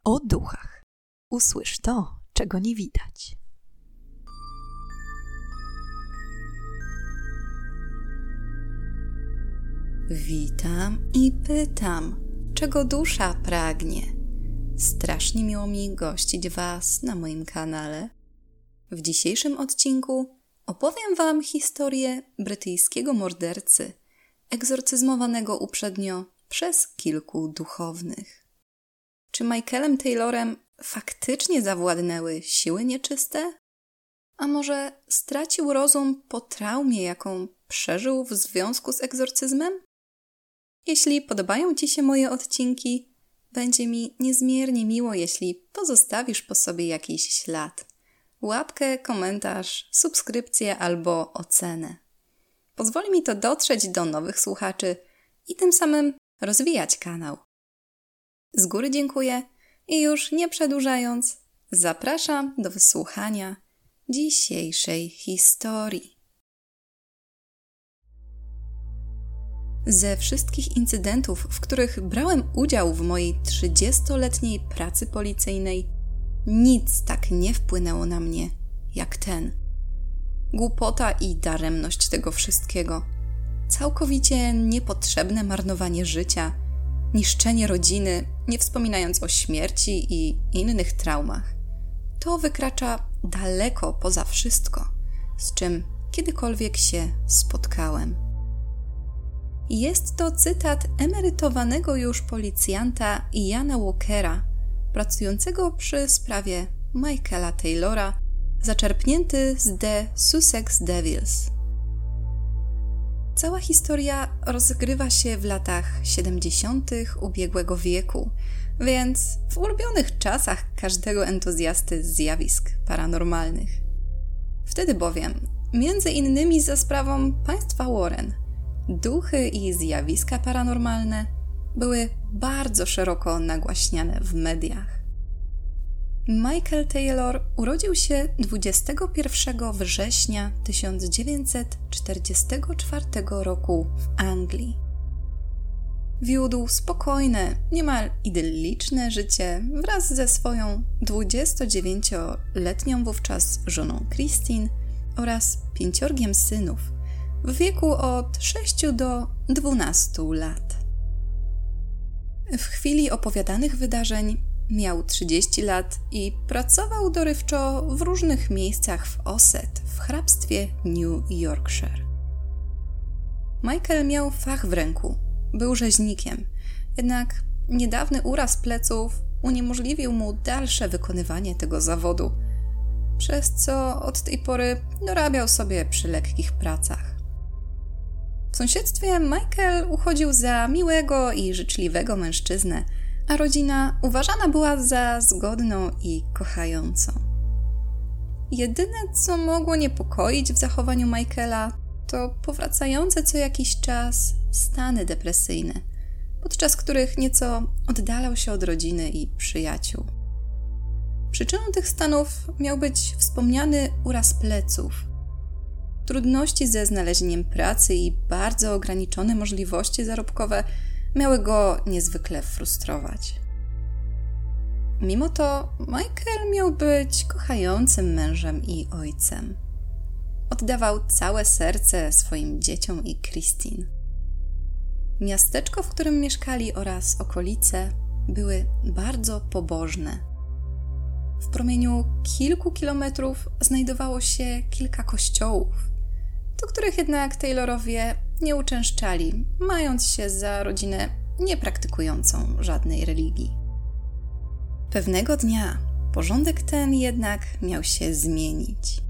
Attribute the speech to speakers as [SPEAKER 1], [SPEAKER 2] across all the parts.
[SPEAKER 1] O duchach. Usłysz to, czego nie widać.
[SPEAKER 2] Witam i pytam, czego dusza pragnie. Strasznie miło mi gościć Was na moim kanale. W dzisiejszym odcinku opowiem Wam historię brytyjskiego mordercy, egzorcyzmowanego uprzednio przez kilku duchownych. Czy Michaelem Taylorem faktycznie zawładnęły siły nieczyste? A może stracił rozum po traumie, jaką przeżył w związku z egzorcyzmem? Jeśli podobają Ci się moje odcinki, będzie mi niezmiernie miło, jeśli pozostawisz po sobie jakiś ślad. Łapkę, komentarz, subskrypcję albo ocenę. Pozwoli mi to dotrzeć do nowych słuchaczy i tym samym rozwijać kanał. Z góry dziękuję i już nie przedłużając, zapraszam do wysłuchania dzisiejszej historii. Ze wszystkich incydentów, w których brałem udział w mojej 30-letniej pracy policyjnej, nic tak nie wpłynęło na mnie jak ten. Głupota i daremność tego wszystkiego. Całkowicie niepotrzebne marnowanie życia, niszczenie rodziny, nie wspominając o śmierci i innych traumach. To wykracza daleko poza wszystko, z czym kiedykolwiek się spotkałem. Jest to cytat emerytowanego już policjanta Iana Walkera, pracującego przy sprawie Michaela Taylora, zaczerpnięty z The Sussex Devils. Cała historia rozgrywa się w latach 70. ubiegłego wieku, więc w ulubionych czasach każdego entuzjasty zjawisk paranormalnych. Wtedy bowiem, między innymi za sprawą państwa Warren, duchy i zjawiska paranormalne były bardzo szeroko nagłaśniane w mediach. Michael Taylor urodził się 21 września 1944 roku w Anglii. Wiódł spokojne, niemal idylliczne życie wraz ze swoją 29-letnią wówczas żoną Christine oraz 5 synów w wieku od 6 do 12 lat. W chwili opowiadanych wydarzeń miał 30 lat i pracował dorywczo w różnych miejscach w Ossett w hrabstwie New Yorkshire. Michael miał fach w ręku, był rzeźnikiem, jednak niedawny uraz pleców uniemożliwił mu dalsze wykonywanie tego zawodu, przez co od tej pory dorabiał sobie przy lekkich pracach. W sąsiedztwie Michael uchodził za miłego i życzliwego mężczyznę, a rodzina uważana była za zgodną i kochającą. Jedyne, co mogło niepokoić w zachowaniu Michaela, to powracające co jakiś czas stany depresyjne, podczas których nieco oddalał się od rodziny i przyjaciół. Przyczyną tych stanów miał być wspomniany uraz pleców. Trudności ze znalezieniem pracy i bardzo ograniczone możliwości zarobkowe miały go niezwykle frustrować. Mimo to Michael miał być kochającym mężem i ojcem. Oddawał całe serce swoim dzieciom i Christine. Miasteczko, w którym mieszkali oraz okolice były bardzo pobożne. W promieniu kilku kilometrów znajdowało się kilka kościołów, do których jednak Taylorowie nie uczęszczali, mając się za rodzinę niepraktykującą żadnej religii. Pewnego dnia porządek ten jednak miał się zmienić.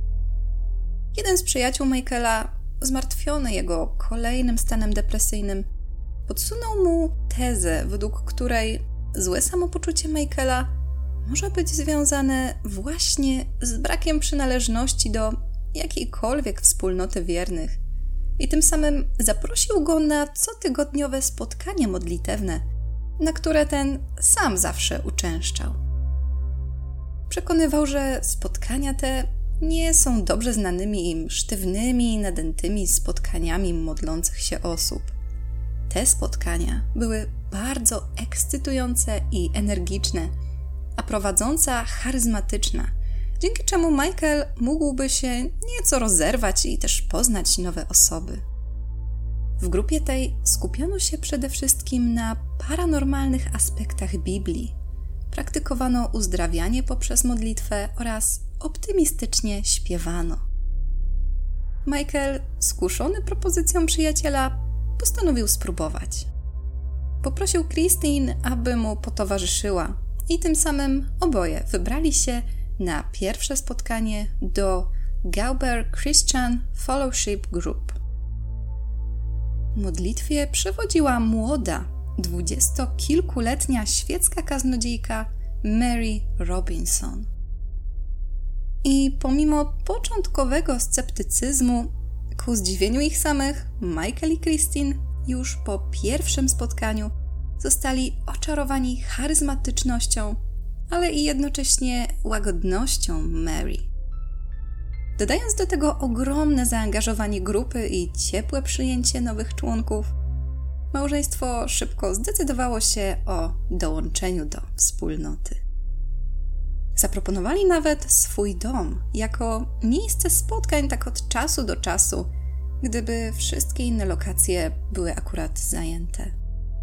[SPEAKER 2] Jeden z przyjaciół Michaela, zmartwiony jego kolejnym stanem depresyjnym, podsunął mu tezę, według której złe samopoczucie Michaela może być związane właśnie z brakiem przynależności do jakiejkolwiek wspólnoty wiernych i tym samym zaprosił go na cotygodniowe spotkanie modlitewne, na które ten sam zawsze uczęszczał. Przekonywał, że spotkania te nie są dobrze znanymi im sztywnymi, nadętymi spotkaniami modlących się osób. Te spotkania były bardzo ekscytujące i energiczne, a prowadząca charyzmatyczna, dzięki czemu Michael mógłby się nieco rozerwać i też poznać nowe osoby. W grupie tej skupiono się przede wszystkim na paranormalnych aspektach Biblii. Praktykowano uzdrawianie poprzez modlitwę oraz optymistycznie śpiewano. Michael, skuszony propozycją przyjaciela, postanowił spróbować. Poprosił Christine, aby mu potowarzyszyła i tym samym oboje wybrali się na pierwsze spotkanie do Gauber Christian Fellowship Group. Modlitwie przewodziła młoda, 20-kilkuletnia świecka kaznodziejka Mary Robinson. I pomimo początkowego sceptycyzmu, ku zdziwieniu ich samych, Michael i Christine już po pierwszym spotkaniu zostali oczarowani charyzmatycznością, ale i jednocześnie łagodnością Mary. Dodając do tego ogromne zaangażowanie grupy i ciepłe przyjęcie nowych członków, małżeństwo szybko zdecydowało się o dołączeniu do wspólnoty. Zaproponowali nawet swój dom jako miejsce spotkań tak od czasu do czasu, gdyby wszystkie inne lokacje były akurat zajęte.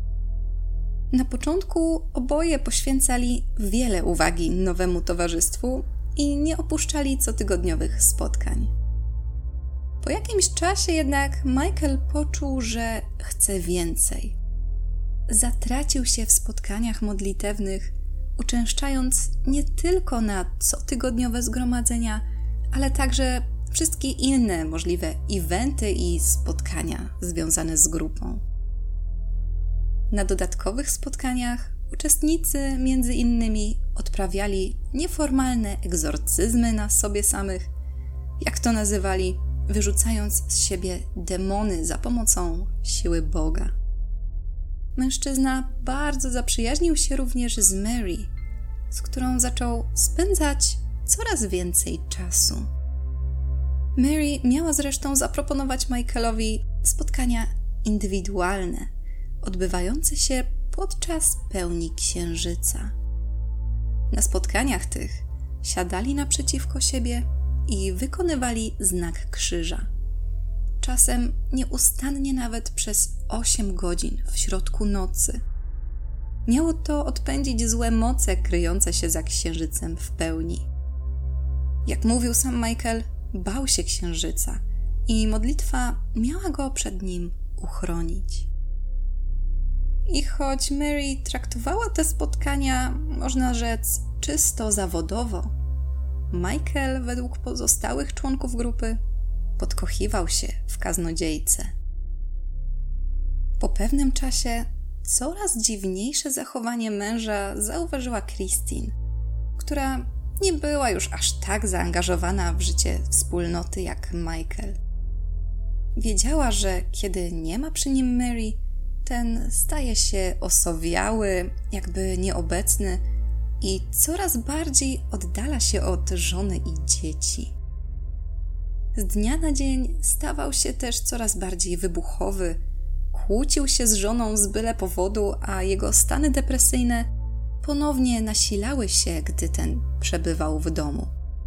[SPEAKER 2] Na początku oboje poświęcali wiele uwagi nowemu towarzystwu i nie opuszczali cotygodniowych spotkań. Po jakimś czasie jednak Michael poczuł, że chce więcej. Zatracił się w spotkaniach modlitewnych, uczęszczając nie tylko na cotygodniowe zgromadzenia, ale także wszystkie inne możliwe eventy i spotkania związane z grupą. Na dodatkowych spotkaniach uczestnicy między innymi odprawiali nieformalne egzorcyzmy na sobie samych, jak to nazywali, wyrzucając z siebie demony za pomocą siły Boga. Mężczyzna bardzo zaprzyjaźnił się również z Mary, z którą zaczął spędzać coraz więcej czasu. Mary miała zresztą zaproponować Michaelowi spotkania indywidualne, odbywające się podczas pełni księżyca. Na spotkaniach tych siadali naprzeciwko siebie i wykonywali znak krzyża. Czasem nieustannie nawet przez 8 godzin w środku nocy. Miało to odpędzić złe moce kryjące się za księżycem w pełni. Jak mówił sam Michael, bał się księżyca i modlitwa miała go przed nim uchronić. I choć Mary traktowała te spotkania, można rzec, czysto zawodowo, Michael według pozostałych członków grupy podkochiwał się w kaznodziejce. Po pewnym czasie coraz dziwniejsze zachowanie męża zauważyła Christine, która nie była już aż tak zaangażowana w życie wspólnoty jak Michael. Wiedziała, że kiedy nie ma przy nim Mary, ten staje się osowiały, jakby nieobecny i coraz bardziej oddala się od żony i dzieci. Z dnia na dzień stawał się też coraz bardziej wybuchowy, kłócił się z żoną z byle powodu, a jego stany depresyjne ponownie nasilały się, gdy ten przebywał w domu.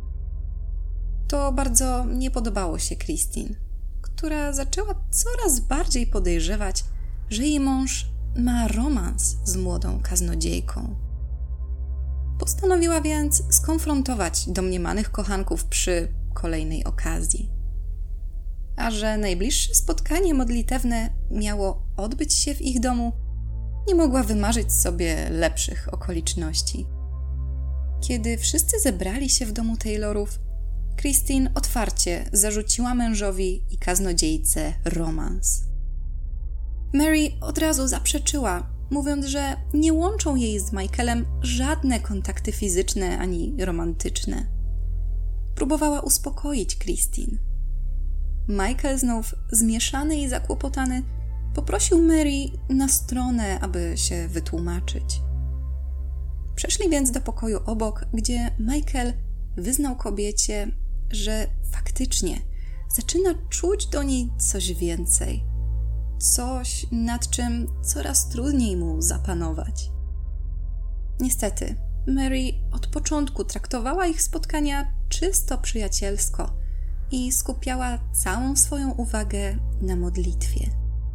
[SPEAKER 2] To bardzo nie podobało się Christine, która zaczęła coraz bardziej podejrzewać, że jej mąż ma romans z młodą kaznodziejką. Postanowiła więc skonfrontować domniemanych kochanków przy kolejnej okazji. A że najbliższe spotkanie modlitewne miało odbyć się w ich domu, nie mogła wymarzyć sobie lepszych okoliczności. Kiedy wszyscy zebrali się w domu Taylorów, Christine otwarcie zarzuciła mężowi i kaznodziejce romans. Mary od razu zaprzeczyła, mówiąc, że nie łączą jej z Michaelem żadne kontakty fizyczne ani romantyczne. Próbowała uspokoić Christine. Michael znów zmieszany i zakłopotany poprosił Mary na stronę, aby się wytłumaczyć. Przeszli więc do pokoju obok, gdzie Michael wyznał kobiecie, że faktycznie zaczyna czuć do niej coś więcej. coś, nad czym coraz trudniej mu zapanować. Niestety, Mary od początku traktowała ich spotkania czysto przyjacielsko i skupiała całą swoją uwagę na modlitwie.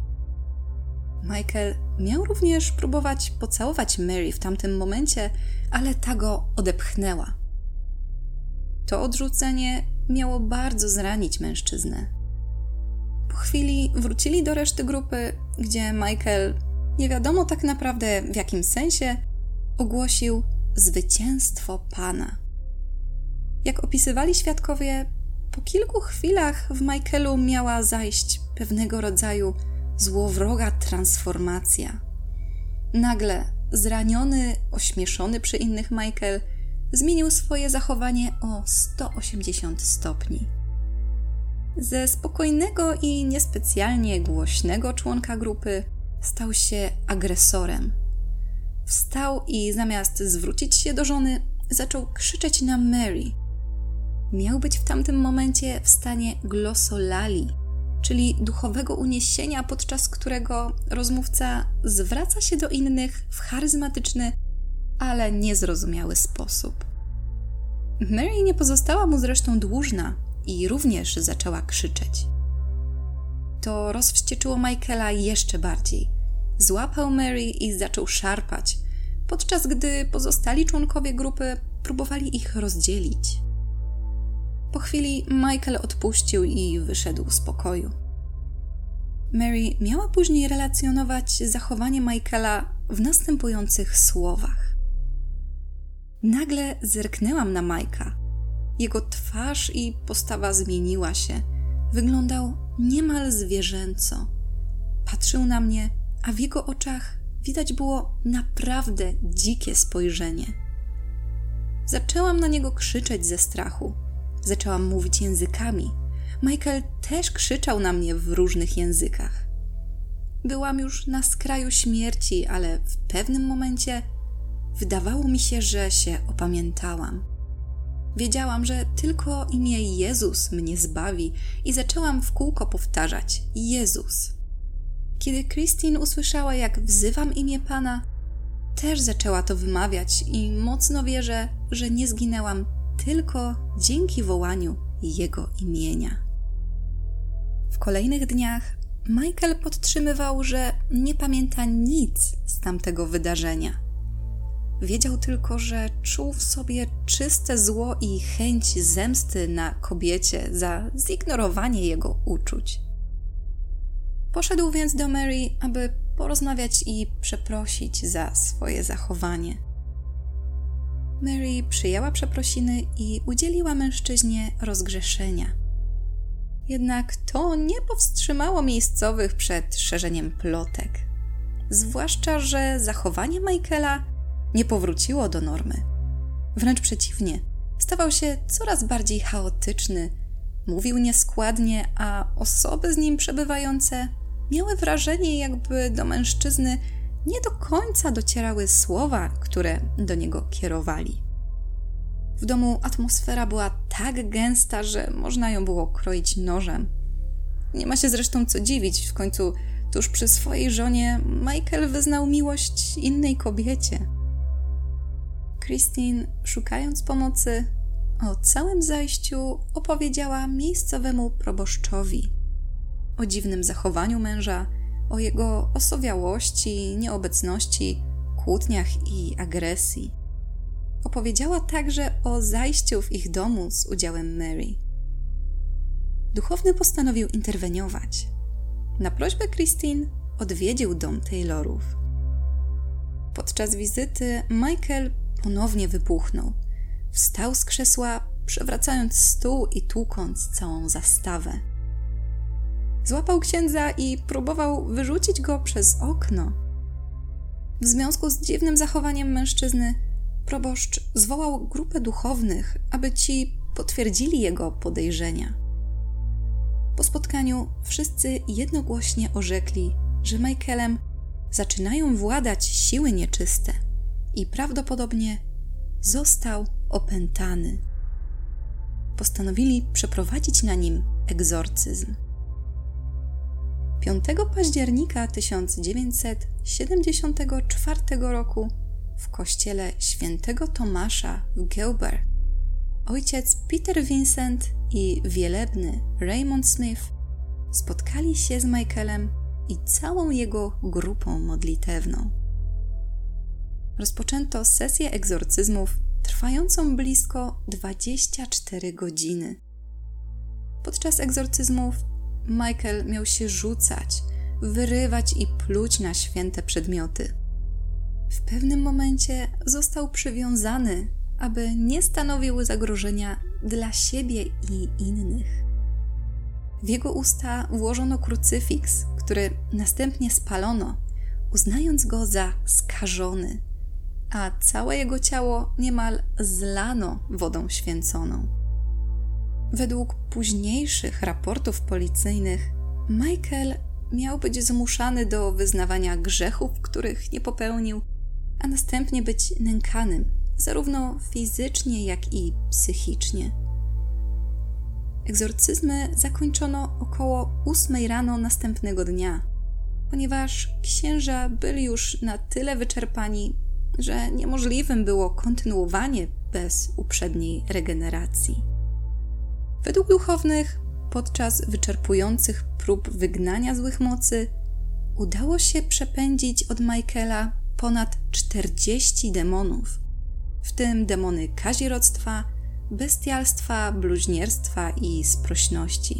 [SPEAKER 2] Michael miał również próbować pocałować Mary w tamtym momencie, ale ta go odepchnęła. To odrzucenie miało bardzo zranić mężczyznę. Po chwili wrócili do reszty grupy, gdzie Michael, nie wiadomo tak naprawdę w jakim sensie, ogłosił zwycięstwo Pana. Jak opisywali świadkowie, po kilku chwilach w Michaelu miała zajść pewnego rodzaju złowroga transformacja. Nagle zraniony, ośmieszony przy innych Michael zmienił swoje zachowanie o 180 stopni. Ze spokojnego i niespecjalnie głośnego członka grupy stał się agresorem. Wstał i zamiast zwrócić się do żony, zaczął krzyczeć na Mary. Miał być w tamtym momencie w stanie glossolalia, czyli duchowego uniesienia, podczas którego rozmówca zwraca się do innych w charyzmatyczny, ale niezrozumiały sposób. Mary nie pozostała mu zresztą dłużna i również zaczęła krzyczeć. To rozwścieczyło Michaela jeszcze bardziej. Złapał Mary i zaczął szarpać, podczas gdy pozostali członkowie grupy próbowali ich rozdzielić. Po chwili Michael odpuścił i wyszedł z pokoju. Mary miała później relacjonować zachowanie Michaela w następujących słowach. Nagle zerknęłam na Mike'a. Jego twarz i postawa zmieniła się. Wyglądał niemal zwierzęco. Patrzył na mnie, a w jego oczach widać było naprawdę dzikie spojrzenie. Zaczęłam na niego krzyczeć ze strachu. Zaczęłam mówić językami. Michael też krzyczał na mnie w różnych językach. Byłam już na skraju śmierci, ale w pewnym momencie wydawało mi się, że się opamiętałam. Wiedziałam, że tylko imię Jezus mnie zbawi i zaczęłam w kółko powtarzać Jezus. Kiedy Christine usłyszała, jak wzywam imię Pana, też zaczęła to wymawiać i mocno wierzę, że nie zginęłam tylko dzięki wołaniu Jego imienia. W kolejnych dniach Michael podtrzymywał, że nie pamięta nic z tamtego wydarzenia. Wiedział tylko, że czuł w sobie czyste zło i chęć zemsty na kobiecie za zignorowanie jego uczuć. Poszedł więc do Mary, aby porozmawiać i przeprosić za swoje zachowanie. Mary przyjęła przeprosiny i udzieliła mężczyźnie rozgrzeszenia. Jednak to nie powstrzymało miejscowych przed szerzeniem plotek. Zwłaszcza, że zachowanie Michaela nie powróciło do normy. Wręcz przeciwnie, stawał się coraz bardziej chaotyczny, mówił nieskładnie, a osoby z nim przebywające miały wrażenie, jakby do mężczyzny nie do końca docierały słowa, które do niego kierowali. W domu atmosfera była tak gęsta, że można ją było kroić nożem. Nie ma się zresztą co dziwić, w końcu tuż przy swojej żonie Michael wyznał miłość innej kobiecie. Christine, szukając pomocy, o całym zajściu opowiedziała miejscowemu proboszczowi. O dziwnym zachowaniu męża, o jego osowiałości, nieobecności, kłótniach i agresji. Opowiedziała także o zajściu w ich domu z udziałem Mary. Duchowny postanowił interweniować. Na prośbę Christine odwiedził dom Taylorów. Podczas wizyty Michael ponownie wybuchnął. Wstał z krzesła, przewracając stół i tłukąc całą zastawę. Złapał księdza i próbował wyrzucić go przez okno. W związku z dziwnym zachowaniem mężczyzny, proboszcz zwołał grupę duchownych, aby ci potwierdzili jego podejrzenia. Po spotkaniu wszyscy jednogłośnie orzekli, że Michaelem zaczynają władać siły nieczyste i prawdopodobnie został opętany. Postanowili przeprowadzić na nim egzorcyzm. 5 października 1974 roku w kościele świętego Tomasza w Gilbert ojciec Peter Vincent i wielebny Raymond Smith spotkali się z Michaelem i całą jego grupą modlitewną. Rozpoczęto sesję egzorcyzmów trwającą blisko 24 godziny. Podczas egzorcyzmów Michael miał się rzucać, wyrywać i pluć na święte przedmioty. W pewnym momencie został przywiązany, aby nie stanowiły zagrożenia dla siebie i innych. W jego usta włożono krucyfiks, który następnie spalono, uznając go za skażony, a całe jego ciało niemal zlano wodą święconą. Według późniejszych raportów policyjnych Michael miał być zmuszany do wyznawania grzechów, których nie popełnił, a następnie być nękanym, zarówno fizycznie, jak i psychicznie. Egzorcyzmy zakończono około 8 rano następnego dnia, ponieważ księża byli już na tyle wyczerpani, że niemożliwym było kontynuowanie bez uprzedniej regeneracji. Według duchownych, podczas wyczerpujących prób wygnania złych mocy, udało się przepędzić od Michaela ponad 40 demonów, w tym demony kazirodztwa, bestialstwa, bluźnierstwa i sprośności.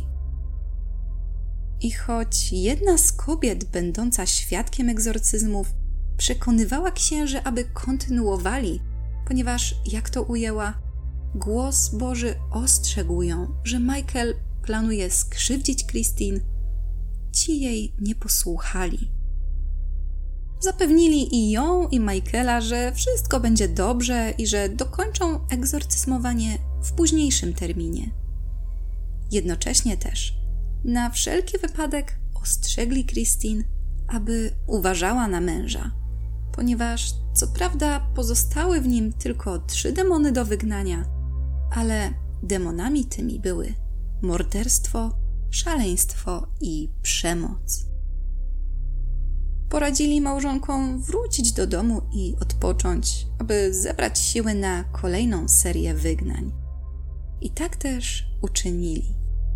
[SPEAKER 2] I choć jedna z kobiet będąca świadkiem egzorcyzmów przekonywała księży, aby kontynuowali, ponieważ, jak to ujęła, głos Boży ostrzegł ją, że Michael planuje skrzywdzić Christine, ci jej nie posłuchali. Zapewnili i ją, i Michaela, że wszystko będzie dobrze i że dokończą egzorcyzmowanie w późniejszym terminie. Jednocześnie też, na wszelki wypadek ostrzegli Christine, aby uważała na męża, ponieważ co prawda pozostały w nim tylko 3 demony do wygnania, ale demonami tymi były morderstwo, szaleństwo i przemoc. Poradzili małżonkom wrócić do domu i odpocząć, aby zebrać siły na kolejną serię wygnań. I tak też uczynili.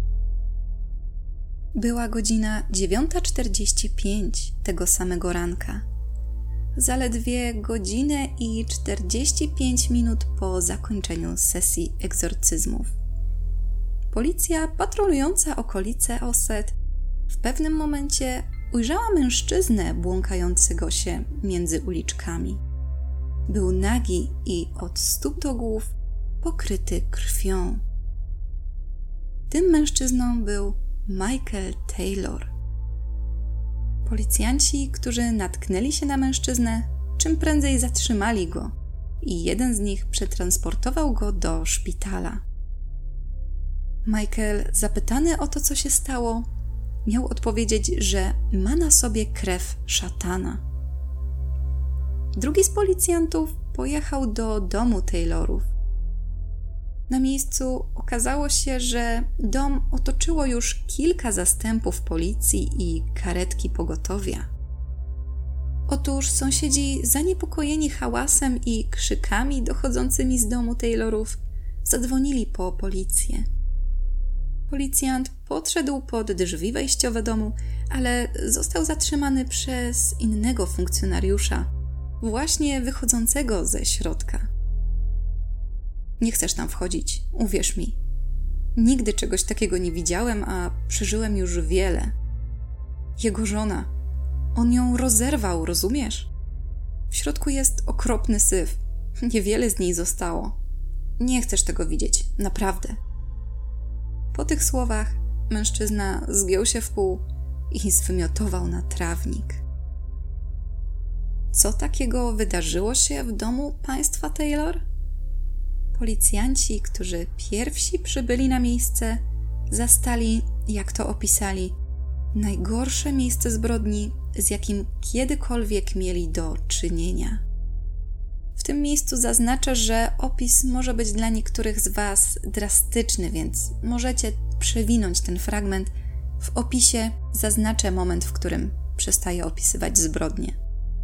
[SPEAKER 2] Była godzina 9:45 tego samego ranka. Zaledwie godzinę i 45 minut po zakończeniu sesji egzorcyzmów. Policja patrolująca okolice Oset w pewnym momencie ujrzała mężczyznę błąkającego się między uliczkami. Był nagi i od stóp do głów pokryty krwią. Tym mężczyzną był Michael Taylor. Policjanci, którzy natknęli się na mężczyznę, czym prędzej zatrzymali go i jeden z nich przetransportował go do szpitala. Michael, zapytany o to, co się stało, miał odpowiedzieć, że ma na sobie krew szatana. Drugi z policjantów pojechał do domu Taylorów. Na miejscu okazało się, że dom otoczyło już kilka zastępów policji i karetki pogotowia. Otóż sąsiedzi, zaniepokojeni hałasem i krzykami dochodzącymi z domu Taylorów, zadzwonili po policję. Policjant podszedł pod drzwi wejściowe domu, ale został zatrzymany przez innego funkcjonariusza, właśnie wychodzącego ze środka. Nie chcesz tam wchodzić, uwierz mi. Nigdy czegoś takiego nie widziałem, a przeżyłem już wiele. Jego żona. On ją rozerwał, rozumiesz? W środku jest okropny syf. Niewiele z niej zostało. Nie chcesz tego widzieć, naprawdę. Po tych słowach mężczyzna zgiął się w pół i zwymiotował na trawnik. Co takiego wydarzyło się w domu państwa Taylor? Policjanci, którzy pierwsi przybyli na miejsce, zastali, jak to opisali, najgorsze miejsce zbrodni, z jakim kiedykolwiek mieli do czynienia. W tym miejscu zaznaczę, że opis może być dla niektórych z Was drastyczny, więc możecie przewinąć ten fragment, W opisie zaznaczę moment, w którym przestaję opisywać zbrodnię.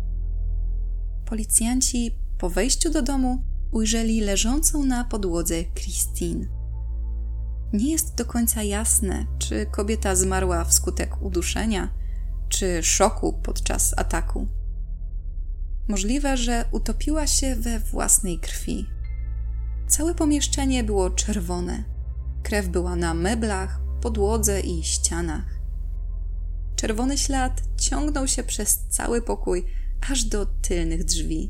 [SPEAKER 2] Policjanci po wejściu do domu ujrzeli leżącą na podłodze Christine. Nie jest do końca jasne, czy kobieta zmarła wskutek uduszenia, czy szoku podczas ataku. Możliwe, że utopiła się we własnej krwi. Całe pomieszczenie było czerwone. Krew była na meblach, podłodze i ścianach. Czerwony ślad ciągnął się przez cały pokój, aż do tylnych drzwi.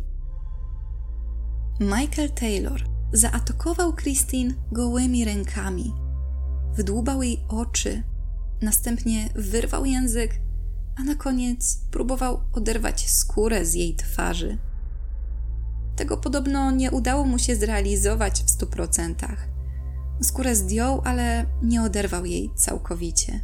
[SPEAKER 2] Michael Taylor zaatakował Christine gołymi rękami. Wydłubał jej oczy, następnie wyrwał język, a na koniec próbował oderwać skórę z jej twarzy. Tego podobno nie udało mu się zrealizować w 100%. Skórę zdjął, ale nie oderwał jej całkowicie.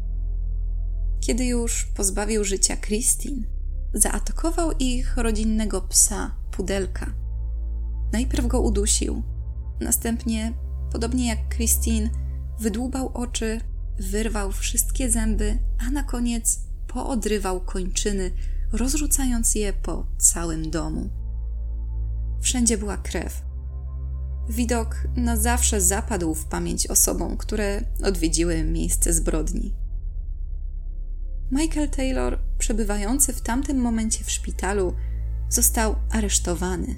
[SPEAKER 2] Kiedy już pozbawił życia Christine, zaatakował ich rodzinnego psa, pudelka. Najpierw go udusił, następnie, podobnie jak Christine, wydłubał oczy, wyrwał wszystkie zęby, a na koniec poodrywał kończyny, rozrzucając je po całym domu. Wszędzie była krew. Widok na zawsze zapadł w pamięć osobom, które odwiedziły miejsce zbrodni. Michael Taylor, przebywający w tamtym momencie w szpitalu, został aresztowany.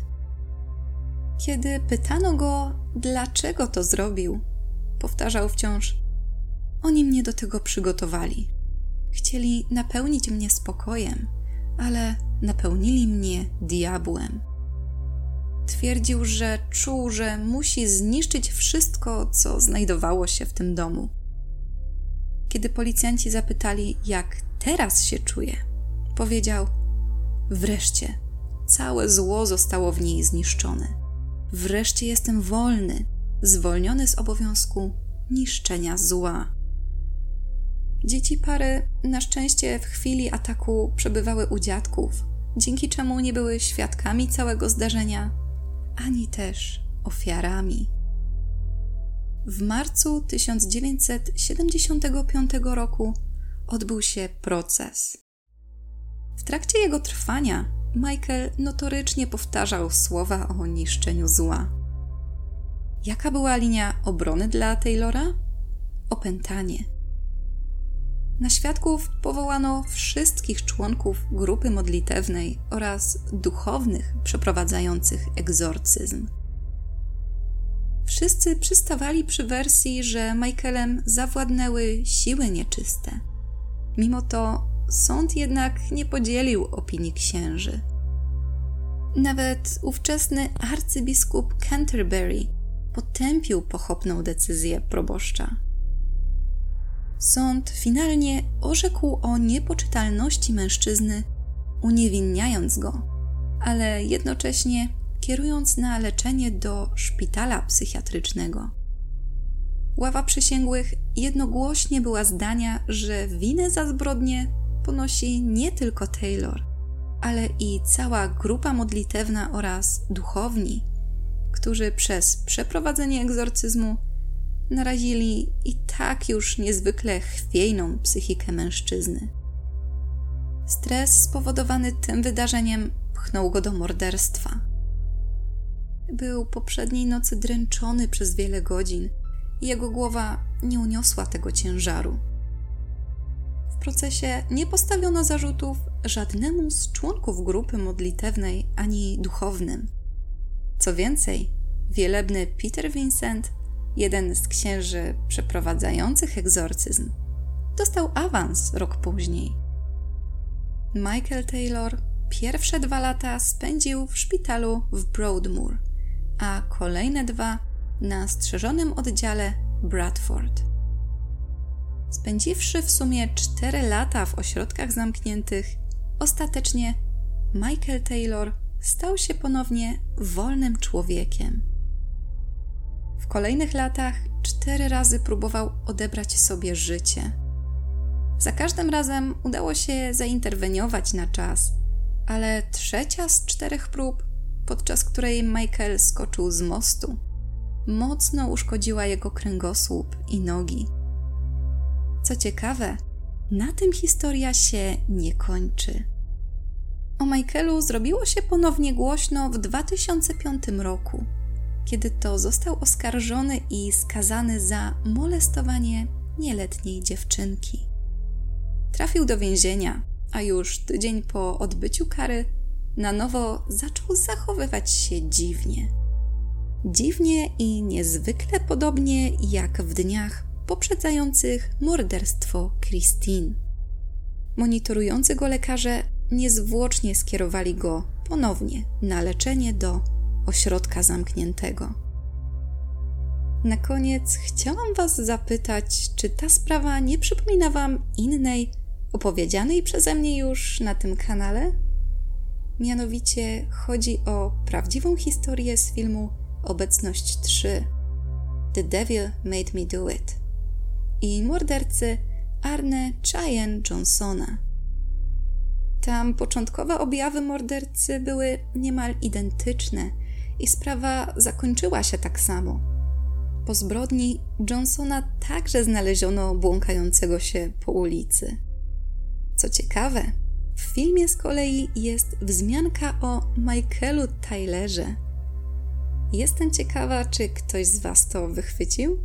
[SPEAKER 2] Kiedy pytano go, dlaczego to zrobił, powtarzał wciąż: oni mnie do tego przygotowali. Chcieli napełnić mnie spokojem, ale napełnili mnie diabłem. Twierdził, że czuł, że musi zniszczyć wszystko, co znajdowało się w tym domu. Kiedy policjanci zapytali, jak teraz się czuje, powiedział: wreszcie, całe zło zostało w niej zniszczone. Wreszcie jestem wolny, zwolniony z obowiązku niszczenia zła. Dzieci pary na szczęście w chwili ataku przebywały u dziadków, dzięki czemu nie były świadkami całego zdarzenia, ani też ofiarami. W marcu 1975 roku odbył się proces. W trakcie jego trwania Michael notorycznie powtarzał słowa o niszczeniu zła. Jaka była linia obrony dla Taylora? Opętanie. Na świadków powołano wszystkich członków grupy modlitewnej oraz duchownych przeprowadzających egzorcyzm. Wszyscy przystawali przy wersji, że Michaelem zawładnęły siły nieczyste. Mimo to sąd jednak nie podzielił opinii księży. Nawet ówczesny arcybiskup Canterbury potępił pochopną decyzję proboszcza. Sąd finalnie orzekł o niepoczytalności mężczyzny, uniewinniając go, ale jednocześnie kierując na leczenie do szpitala psychiatrycznego. Ława przysięgłych jednogłośnie była zdania, że winę za zbrodnię ponosi nie tylko Taylor, ale i cała grupa modlitewna oraz duchowni, którzy przez przeprowadzenie egzorcyzmu narazili i tak już niezwykle chwiejną psychikę mężczyzny. Stres spowodowany tym wydarzeniem pchnął go do morderstwa. Był poprzedniej nocy dręczony przez wiele godzin i jego głowa nie uniosła tego ciężaru. W procesie nie postawiono zarzutów żadnemu z członków grupy modlitewnej ani duchownym. Co więcej, wielebny Peter Vincent, jeden z księży przeprowadzających egzorcyzm, dostał awans rok później. Michael Taylor pierwsze 2 lata spędził w szpitalu w Broadmoor, a kolejne 2 na strzeżonym oddziale Bradford. Spędziwszy w sumie 4 lata w ośrodkach zamkniętych, ostatecznie Michael Taylor stał się ponownie wolnym człowiekiem. W kolejnych latach 4 razy próbował odebrać sobie życie. Za każdym razem udało się zainterweniować na czas, ale 3 z 4 prób, podczas której Michael skoczył z mostu, mocno uszkodziła jego kręgosłup i nogi. Co ciekawe, na tym historia się nie kończy. O Michaelu zrobiło się ponownie głośno w 2005 roku, kiedy to został oskarżony i skazany za molestowanie nieletniej dziewczynki. Trafił do więzienia, a już tydzień po odbyciu kary na nowo zaczął zachowywać się dziwnie. Dziwnie i niezwykle podobnie jak w dniach poprzedzających morderstwo Christine. Monitorujący go lekarze niezwłocznie skierowali go ponownie na leczenie do ośrodka zamkniętego. Na koniec chciałam Was zapytać, czy ta sprawa nie przypomina Wam innej, opowiedzianej przeze mnie już na tym kanale? Mianowicie chodzi o prawdziwą historię z filmu Obecność 3 The Devil Made Me Do It i mordercy Arne Cheyenne Johnsona. Tam początkowe objawy mordercy były niemal identyczne i sprawa zakończyła się tak samo. Po zbrodni Johnsona także znaleziono błąkającego się po ulicy. Co ciekawe, w filmie z kolei jest wzmianka o Michaelu Tylerze. Jestem ciekawa, czy ktoś z Was to wychwycił?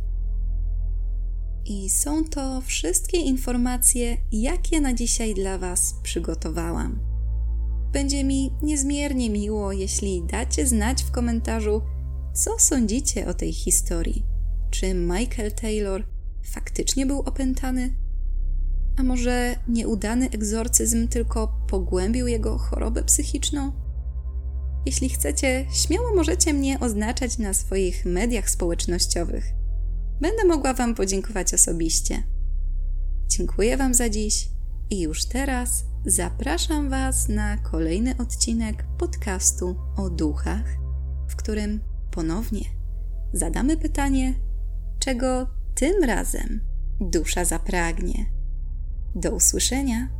[SPEAKER 2] I są to wszystkie informacje, jakie na dzisiaj dla Was przygotowałam. Będzie mi niezmiernie miło, jeśli dacie znać w komentarzu, co sądzicie o tej historii. Czy Michael Taylor faktycznie był opętany? A może nieudany egzorcyzm tylko pogłębił jego chorobę psychiczną? Jeśli chcecie, śmiało możecie mnie oznaczać na swoich mediach społecznościowych. Będę mogła Wam podziękować osobiście. Dziękuję Wam za dziś i już teraz zapraszam Was na kolejny odcinek podcastu o duchach, w którym ponownie zadamy pytanie, czego tym razem dusza zapragnie. Do usłyszenia!